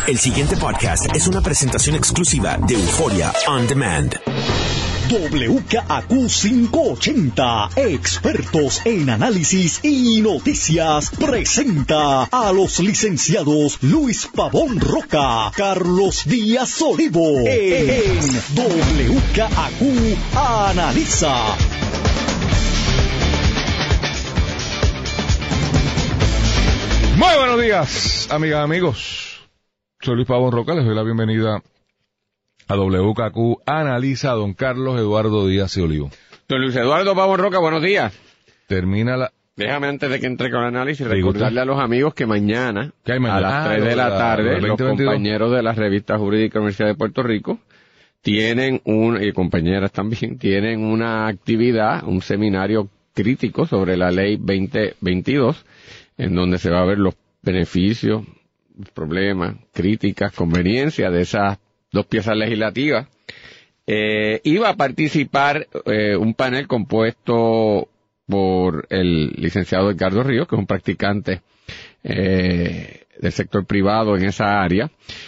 El siguiente podcast es una presentación exclusiva de Euphoria On Demand. WKAQ 580, expertos en análisis y noticias, presenta a los licenciados Luis Pavón Roca, Carlos Díaz Olivo, en WKAQ Analiza. Muy buenos días, amigas y amigos. Soy Luis Pavón Roca, les doy la bienvenida a WKQ Analiza, don Carlos Eduardo Díaz y Olivo. Don Luis Eduardo Pavón Roca, buenos días. Termina la... Déjame, antes de que entre con el análisis, recordarle a los amigos que mañana, a las 3 de la tarde, los compañeros de la Revista Jurídica Universidad de Puerto Rico tienen y compañeras también, tienen una actividad, un seminario crítico sobre la Ley 2022, en donde se va a ver los beneficios, los problemas, críticas, conveniencias de esas dos piezas legislativas. Iba a participar un panel compuesto por el licenciado Edgardo Ríos, que es un practicante del sector privado en esa área,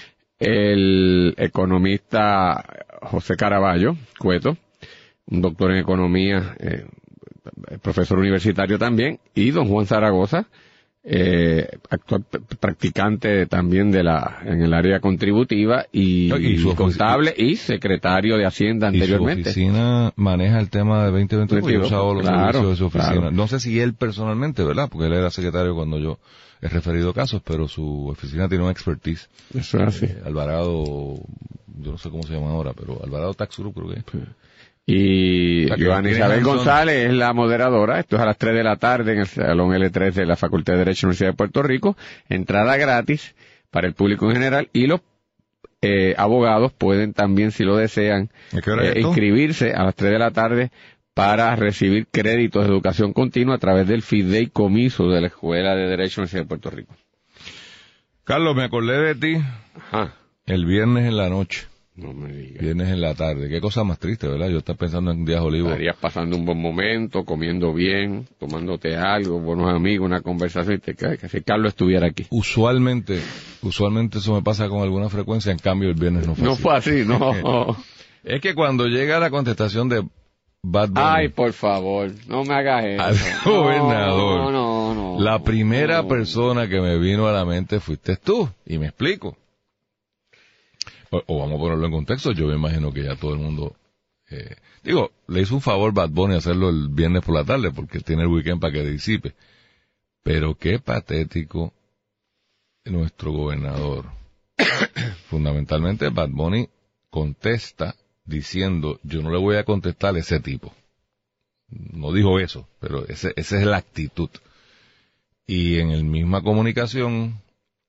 el economista José Caraballo Cueto, un doctor en economía, profesor universitario también, y don Juan Zaragoza, actual practicante también en el área contributiva y contable y secretario de Hacienda anteriormente. Y su oficina maneja el tema de 2022, porque yo he usado los servicios de su oficina. Claro. No sé si él personalmente, ¿verdad? Porque él era secretario cuando yo he referido casos, pero su oficina tiene un expertise. Eso es así. Alvarado, yo no sé cómo se llama ahora, pero Alvarado Tax Group creo que es. Sí. Y Joana Isabel González es la moderadora. Esto es a las 3 de la tarde en el Salón L3 de la Facultad de Derecho de la Universidad de Puerto Rico. Entrada gratis para el público en general, y los abogados pueden también, si lo desean, inscribirse a las 3 de la tarde para recibir créditos de educación continua a través del fideicomiso de la Escuela de Derecho de la Universidad de Puerto Rico. Carlos, me acordé de ti el viernes en la noche. No me digas. Viernes en la tarde. Qué cosa más triste, ¿verdad? Yo estaba pensando en Díaz Olivo. Estarías pasando un buen momento, comiendo bien, tomándote algo, buenos amigos, una conversación, y te cae que si Carlos estuviera aquí. Usualmente eso me pasa con alguna frecuencia, en cambio el viernes no fue así. No fue así, no. Es que cuando llega la contestación de Bad Bunny... Ay, por favor, no me hagas eso. Al gobernador. No. La primera persona que me vino a la mente fuiste tú, y me explico. O vamos a ponerlo en contexto, yo me imagino que ya todo el mundo, le hizo un favor Bad Bunny hacerlo el viernes por la tarde, porque tiene el weekend para que disipe. Pero qué patético nuestro gobernador. Fundamentalmente Bad Bunny contesta diciendo, yo no le voy a contestar a ese tipo. No dijo eso, pero esa es la actitud. Y en la misma comunicación,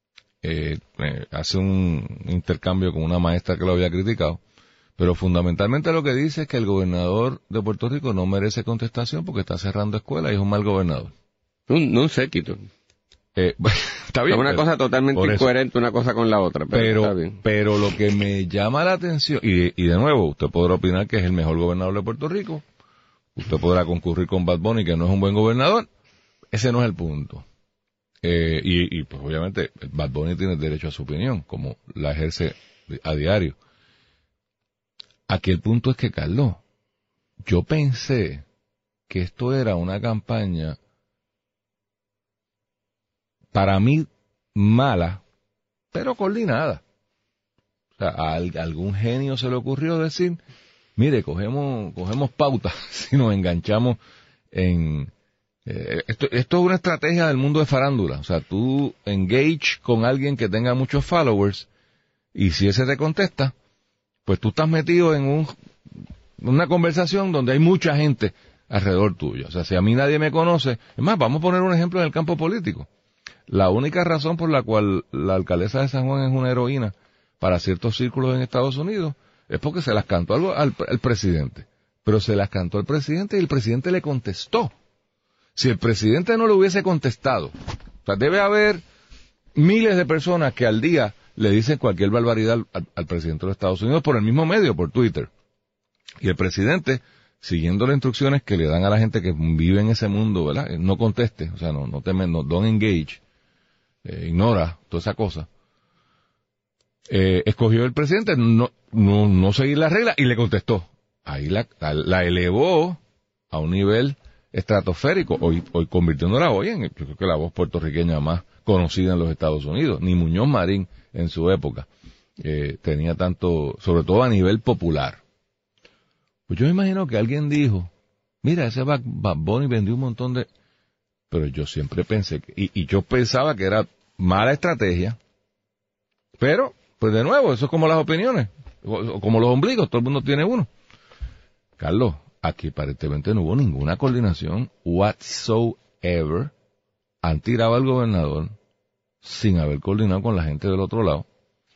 hace un intercambio con una maestra que lo había criticado, pero fundamentalmente lo que dice es que el gobernador de Puerto Rico no merece contestación porque está cerrando escuelas y es un mal gobernador. No sé, Quito. Está bien. Es una cosa totalmente incoherente una cosa con la otra, pero está bien. Pero lo que me llama la atención, y de nuevo, usted podrá opinar que es el mejor gobernador de Puerto Rico, usted podrá concurrir con Bad Bunny que no es un buen gobernador, ese no es el punto. Y pues obviamente Bad Bunny tiene derecho a su opinión, como la ejerce a diario. Aquí el punto es que, Carlos, yo pensé que esto era una campaña, para mí, mala, pero coordinada. O sea, a algún genio se le ocurrió decir, mire, cogemos pauta si nos enganchamos en... Esto es una estrategia del mundo de farándula. O sea, tú engage con alguien que tenga muchos followers y si ese te contesta, pues tú estás metido en una conversación donde hay mucha gente alrededor tuyo. O sea, si a mí nadie me conoce, es más, vamos a poner un ejemplo en el campo político. La única razón por la cual la alcaldesa de San Juan es una heroína para ciertos círculos en Estados Unidos es porque se las cantó al presidente. Pero se las cantó al presidente y el presidente le contestó. Si el presidente no le hubiese contestado, o sea, debe haber miles de personas que al día le dicen cualquier barbaridad al presidente de los Estados Unidos por el mismo medio, por Twitter. Y el presidente, siguiendo las instrucciones que le dan a la gente que vive en ese mundo, ¿verdad? No conteste, o sea, no don't engage, ignora toda esa cosa. escogió el presidente no seguir las reglas y le contestó. Ahí la elevó a un nivel estratosférico, hoy convirtiéndola hoy en, yo creo que la voz puertorriqueña más conocida en los Estados Unidos. Ni Muñoz Marín en su época tenía tanto, sobre todo a nivel popular. Pues yo me imagino que alguien dijo, mira, ese Bad Bunny vendió un montón de... Pero yo siempre pensé, y yo pensaba que era mala estrategia, pero, pues de nuevo, eso es como las opiniones, o como los ombligos, todo el mundo tiene uno. Carlos, aquí aparentemente no hubo ninguna coordinación whatsoever. Han tirado al gobernador sin haber coordinado con la gente del otro lado.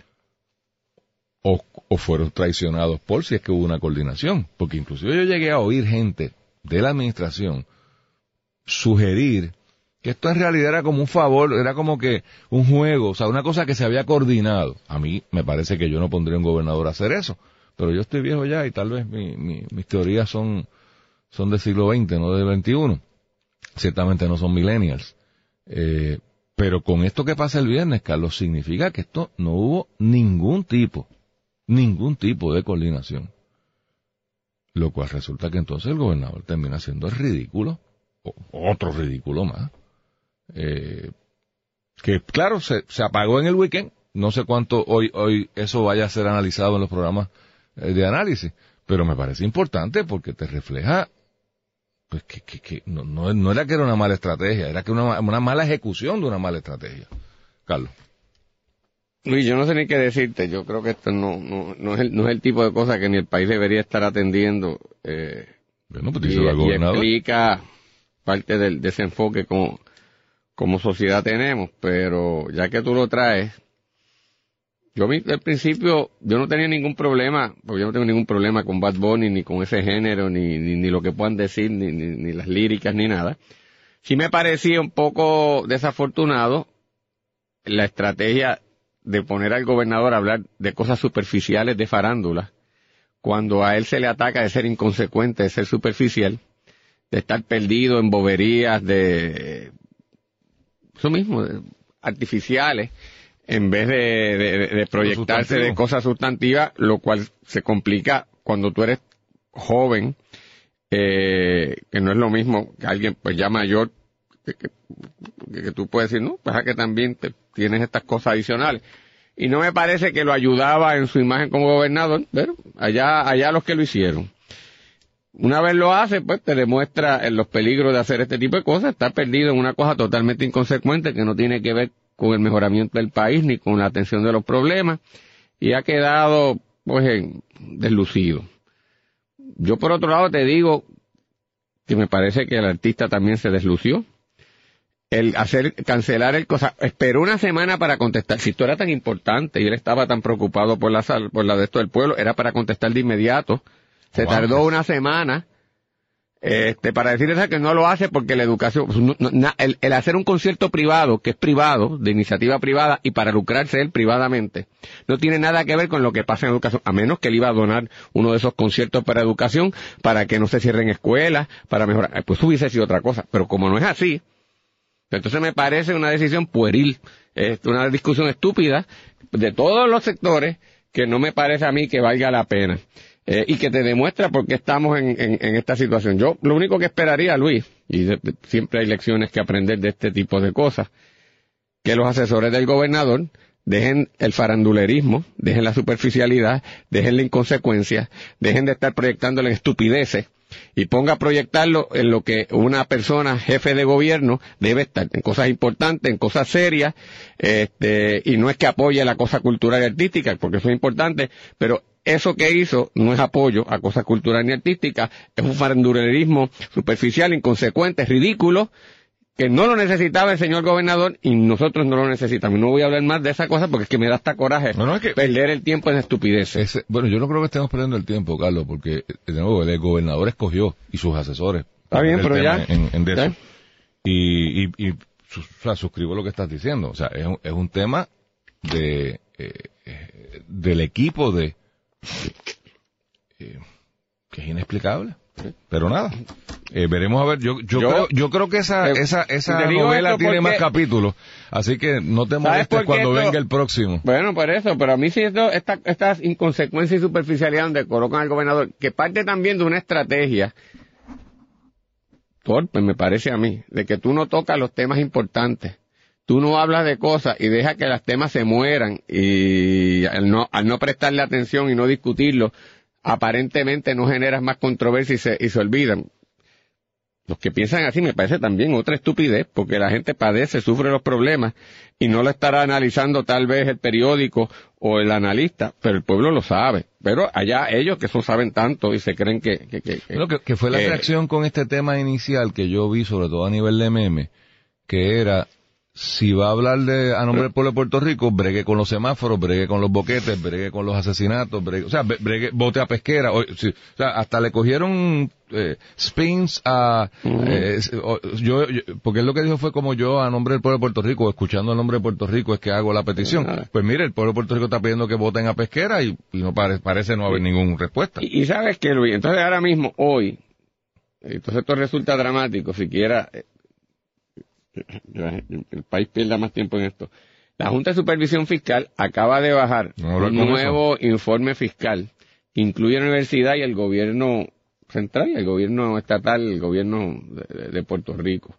O fueron traicionados por si es que hubo una coordinación. Porque inclusive yo llegué a oír gente de la administración sugerir que esto en realidad era como un favor, era como que un juego, o sea, una cosa que se había coordinado. A mí me parece que yo no pondría a un gobernador a hacer eso. Pero yo estoy viejo ya y tal vez mis teorías son del siglo XX, no del XXI. Ciertamente no son millennials. Pero con esto que pasa el viernes, Carlos, significa que esto no hubo ningún tipo de coordinación. Lo cual resulta que entonces el gobernador termina siendo el ridículo, o otro ridículo más. Que claro, se apagó en el weekend. No sé cuánto hoy eso vaya a ser analizado en los programas de análisis, pero me parece importante porque te refleja pues que no era que era una mala estrategia, era que una mala ejecución de una mala estrategia. Carlos. Luis, yo no sé ni qué decirte. Yo creo que esto no es el tipo de cosa que ni el país debería estar atendiendo. Bueno, pues dice el gobernador. Y explica parte del desenfoque como sociedad tenemos, pero ya que tú lo traes, al principio yo no tenía ningún problema, porque yo no tengo ningún problema con Bad Bunny, ni con ese género, ni lo que puedan decir, ni las líricas, ni nada. Sí me parecía un poco desafortunado la estrategia de poner al gobernador a hablar de cosas superficiales de farándula, cuando a él se le ataca de ser inconsecuente, de ser superficial, de estar perdido en boberías de eso mismo, artificiales, en vez de proyectarse de cosas sustantivas, lo cual se complica cuando tú eres joven, que no es lo mismo que alguien pues ya mayor, que tú puedes decir, no, pues que también tienes estas cosas adicionales. Y no me parece que lo ayudaba en su imagen como gobernador, pero allá los que lo hicieron. Una vez lo hace, pues te demuestra los peligros de hacer este tipo de cosas, está perdido en una cosa totalmente inconsecuente que no tiene que ver con el mejoramiento del país ni con la atención de los problemas, y ha quedado pues deslucido. Yo por otro lado te digo que me parece que el artista también se deslució. Cancelar el cosa, esperó una semana para contestar. Si esto era tan importante y él estaba tan preocupado por la de esto del pueblo, era para contestar de inmediato. Se tardó una semana para decir eso, que no lo hace porque la educación, el hacer un concierto privado, que es privado, de iniciativa privada, y para lucrarse él privadamente, no tiene nada que ver con lo que pasa en educación, a menos que él iba a donar uno de esos conciertos para educación, para que no se cierren escuelas, para mejorar, pues hubiese sido otra cosa, pero como no es así, entonces me parece una decisión pueril, una discusión estúpida de todos los sectores, que no me parece a mí que valga la pena. Y que te demuestra por qué estamos en esta situación. Yo lo único que esperaría, Luis, y siempre hay lecciones que aprender de este tipo de cosas, que los asesores del gobernador dejen el farandulerismo, dejen la superficialidad, dejen la inconsecuencia, dejen de estar proyectándole en estupideces, y ponga a proyectarlo en lo que una persona jefe de gobierno debe estar, en cosas importantes, en cosas serias, y no es que apoye la cosa cultural y artística, porque eso es importante, pero eso que hizo no es apoyo a cosas culturales ni artísticas, es un farandulerismo superficial, inconsecuente, ridículo, que no lo necesitaba el señor gobernador y nosotros no lo necesitamos. No voy a hablar más de esa cosa porque es que me da hasta coraje perder el tiempo en estupideces. Bueno, yo no creo que estemos perdiendo el tiempo, Carlos, porque de nuevo el gobernador escogió y sus asesores. Está bien, pero ya. Y suscribo lo que estás diciendo. O sea, es un tema del equipo que es inexplicable. Pero nada. Veremos a ver, yo creo que esa novela tiene más capítulos, así que no te molestes cuando venga el próximo. Bueno, por eso, pero a mí sí estas inconsecuencias y superficialidad donde colocan al gobernador, que parte también de una estrategia torpe, me parece a mí, de que tú no tocas los temas importantes, tú no hablas de cosas y dejas que los temas se mueran, y al no prestarle atención y no discutirlo, aparentemente no generas más controversia y se olvidan. Los que piensan así me parece también otra estupidez, porque la gente padece, sufre los problemas y no lo estará analizando tal vez el periódico o el analista, pero el pueblo lo sabe. Pero allá ellos que eso saben tanto y se creen que fue la reacción con este tema inicial que yo vi, sobre todo a nivel de meme, que era, si va a hablar a nombre del pueblo de Puerto Rico, bregue con los semáforos, bregue con los boquetes, bregue con los asesinatos, bote a pesquera, hasta le cogieron spins a, porque él lo que dijo fue como yo a nombre del pueblo de Puerto Rico, escuchando el nombre de Puerto Rico es que hago la petición. Pues mire, el pueblo de Puerto Rico está pidiendo que voten a pesquera y no parece no haber ninguna respuesta. Y sabes que, Luis, entonces ahora mismo, hoy, entonces esto resulta dramático, siquiera el país pierda más tiempo en esto. La Junta de Supervisión Fiscal acaba de bajar un nuevo informe fiscal que incluye la universidad y el gobierno central, el gobierno estatal, el gobierno de Puerto Rico.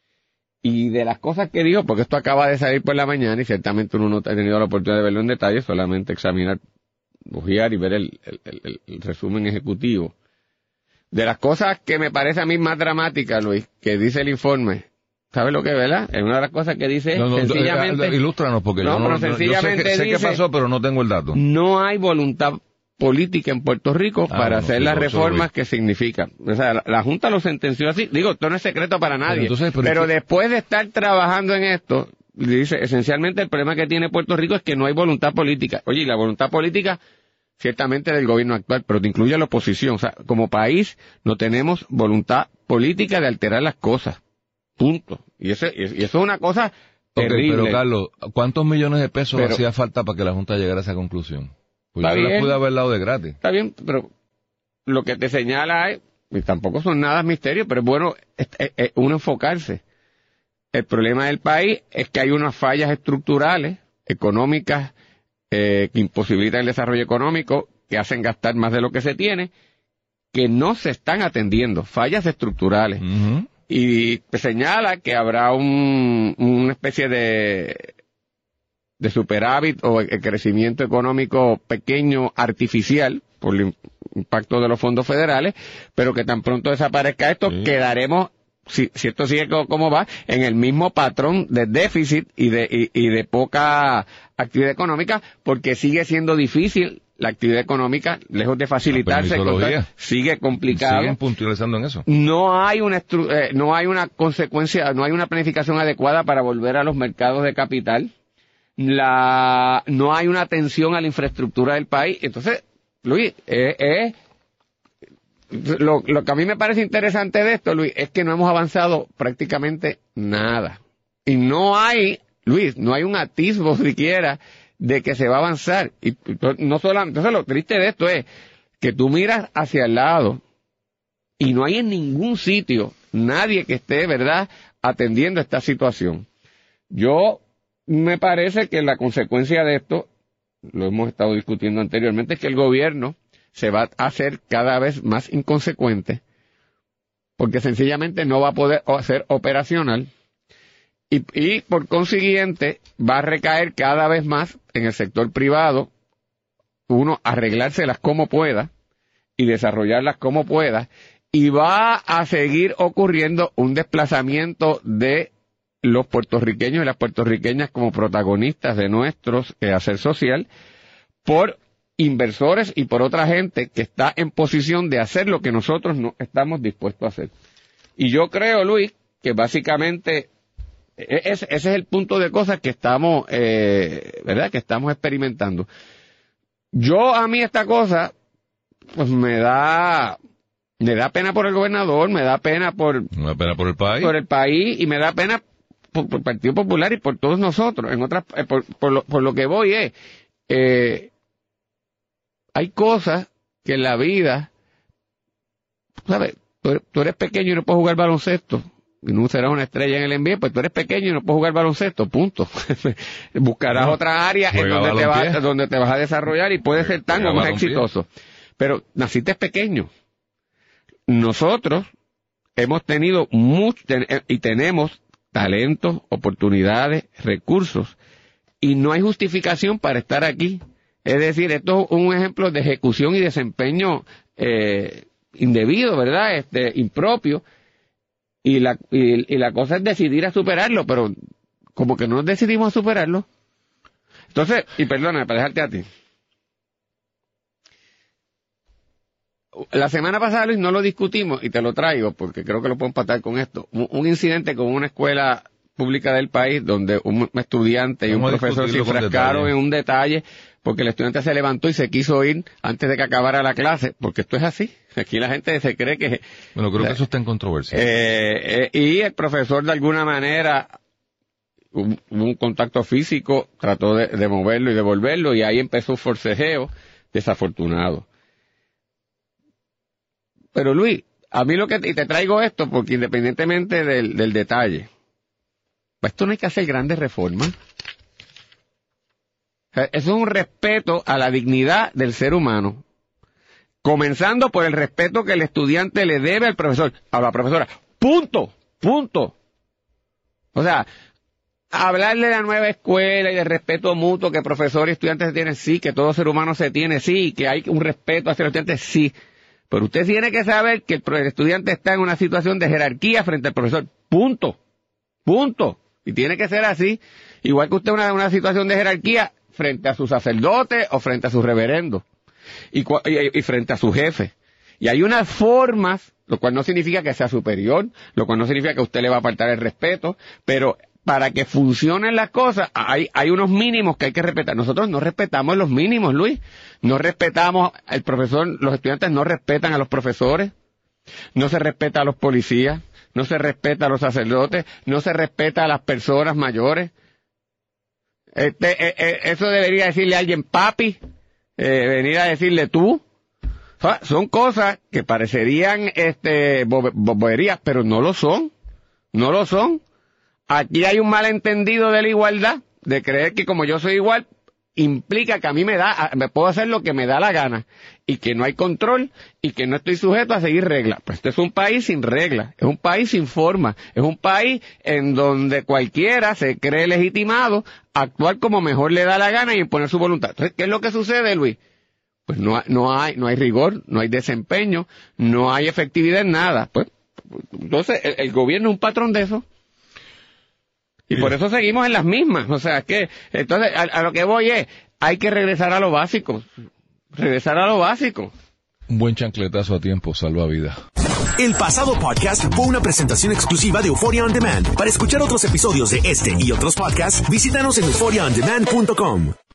Y de las cosas que dijo, porque esto acaba de salir por la mañana y ciertamente uno no ha tenido la oportunidad de verlo en detalle, solamente examinar, bujear y ver el resumen ejecutivo. De las cosas que me parece a mí más dramáticas, Luis, que dice el informe, ¿sabes lo que es, verdad? Es una de las cosas que dice sencillamente... Ilústranos, porque yo sé qué pasó, pero no tengo el dato. No hay voluntad política en Puerto Rico para hacer las reformas que significan. O sea, la Junta lo sentenció así. Digo, esto no es secreto para nadie. Pero después de estar trabajando en esto, dice, esencialmente el problema que tiene Puerto Rico es que no hay voluntad política. Oye, y la voluntad política, ciertamente del gobierno actual, pero te incluye a la oposición. O sea, como país no tenemos voluntad política de alterar las cosas. Punto. Y eso es una cosa terrible. Pero Carlos, ¿cuántos millones de pesos hacía falta para que la Junta llegara a esa conclusión? Pues yo la pude haber dado de gratis. Está bien, pero lo que te señala es, y tampoco son nada misterios, pero es bueno uno enfocarse. El problema del país es que hay unas fallas estructurales, económicas, que imposibilitan el desarrollo económico, que hacen gastar más de lo que se tiene, que no se están atendiendo, fallas estructurales. Uh-huh. Y señala que habrá una especie de superávit o el crecimiento económico pequeño, artificial, por el impacto de los fondos federales, pero que tan pronto desaparezca esto, quedaremos, si esto sigue como va, en el mismo patrón de déficit y de poca actividad económica, porque sigue siendo difícil la actividad económica, lejos de facilitarse, sigue complicado. Siguen puntualizando en eso. No hay una consecuencia, no hay una planificación adecuada para volver a los mercados de capital. No hay una atención a la infraestructura del país. Entonces, Luis, lo que a mí me parece interesante de esto, Luis, es que no hemos avanzado prácticamente nada. Y no hay, Luis, no hay un atisbo siquiera de que se va a avanzar. Y no solamente, entonces lo triste de esto es que tú miras hacia el lado y no hay en ningún sitio nadie que esté, ¿verdad?, atendiendo esta situación. Me parece que la consecuencia de esto, lo hemos estado discutiendo anteriormente, es que el gobierno se va a hacer cada vez más inconsecuente, porque sencillamente no va a poder ser operacional, y por consiguiente va a recaer cada vez más en el sector privado, uno arreglárselas como pueda y desarrollarlas como pueda, y va a seguir ocurriendo un desplazamiento de los puertorriqueños y las puertorriqueñas como protagonistas de nuestros quehacer social por inversores y por otra gente que está en posición de hacer lo que nosotros no estamos dispuestos a hacer. Y yo creo, Luis, que básicamente ese es el punto de cosas que estamos, ¿verdad?, que estamos experimentando. A mí esta cosa, pues me da pena por el gobernador, me da pena por el país y me da pena por el Partido Popular y por todos nosotros. Por lo que voy hay cosas que en la vida, ¿sabes?, tú eres pequeño y no puedes jugar baloncesto, y no serás una estrella en el NBA, pues tú eres pequeño y no puedes jugar baloncesto, punto. Buscarás otra área en donde te vas a desarrollar y puedes ser tan o más exitoso. Pero naciste pequeño. Nosotros hemos tenido y tenemos talentos, oportunidades, recursos, y no hay justificación para estar aquí. Es decir, esto es un ejemplo de ejecución y desempeño indebido, ¿verdad? Impropio. Y la cosa es decidir a superarlo, pero como que no nos decidimos a superarlo. Entonces, y perdóname, para dejarte a ti. La semana pasada, Luis, no lo discutimos y te lo traigo porque creo que lo puedo empatar con esto. Un incidente con una escuela pública del país donde un estudiante y un profesor se enfrascaron en un detalle porque el estudiante se levantó y se quiso ir antes de que acabara la clase, porque esto es así. Aquí la gente se cree que... Bueno, creo que eso está en controversia. Y el profesor de alguna manera, un contacto físico, trató de moverlo y devolverlo, y ahí empezó un forcejeo desafortunado. Pero Luis, a mí y te traigo esto porque independientemente del detalle, esto no hay que hacer grandes reformas. O sea, eso es un respeto a la dignidad del ser humano. Comenzando por el respeto que el estudiante le debe al profesor, a la profesora. Punto. O sea, hablarle de la nueva escuela y del respeto mutuo que profesor y estudiante se tienen, sí, que todo ser humano se tiene, sí, que hay un respeto hacia los estudiantes, sí. Pero usted tiene que saber que el estudiante está en una situación de jerarquía frente al profesor. Punto. Y tiene que ser así. Igual que usted en una situación de jerarquía frente a su sacerdote o frente a su reverendo. Y frente a su jefe. Y hay unas formas, lo cual no significa que sea superior, lo cual no significa que usted le va a faltar el respeto, pero para que funcionen las cosas, hay unos mínimos que hay que respetar. Nosotros no respetamos los mínimos, Luis. No respetamos al profesor, los estudiantes no respetan a los profesores, no se respeta a los policías, no se respeta a los sacerdotes, no se respeta a las personas mayores. Eso debería decirle a alguien papi, venir a decirle tú. O sea, son cosas que parecerían boberías, pero no lo son. Aquí hay un malentendido de la igualdad, de creer que como yo soy igual, implica que a mí me puedo hacer lo que me da la gana, y que no hay control, y que no estoy sujeto a seguir reglas. Pues este es un país sin reglas, es un país sin forma, es un país en donde cualquiera se cree legitimado a actuar como mejor le da la gana y imponer su voluntad. Entonces, ¿qué es lo que sucede, Luis? Pues no hay rigor, no hay desempeño, no hay efectividad en nada. Pues, entonces, el gobierno es un patrón de eso. Y por eso seguimos en las mismas. O sea, que entonces a lo que voy es, hay que regresar a lo básico. Un buen chancletazo a tiempo salva vida. El pasado podcast fue una presentación exclusiva de Euphoria On Demand. Para escuchar otros episodios de este y otros podcasts, visítanos en euphoriaondemand.com.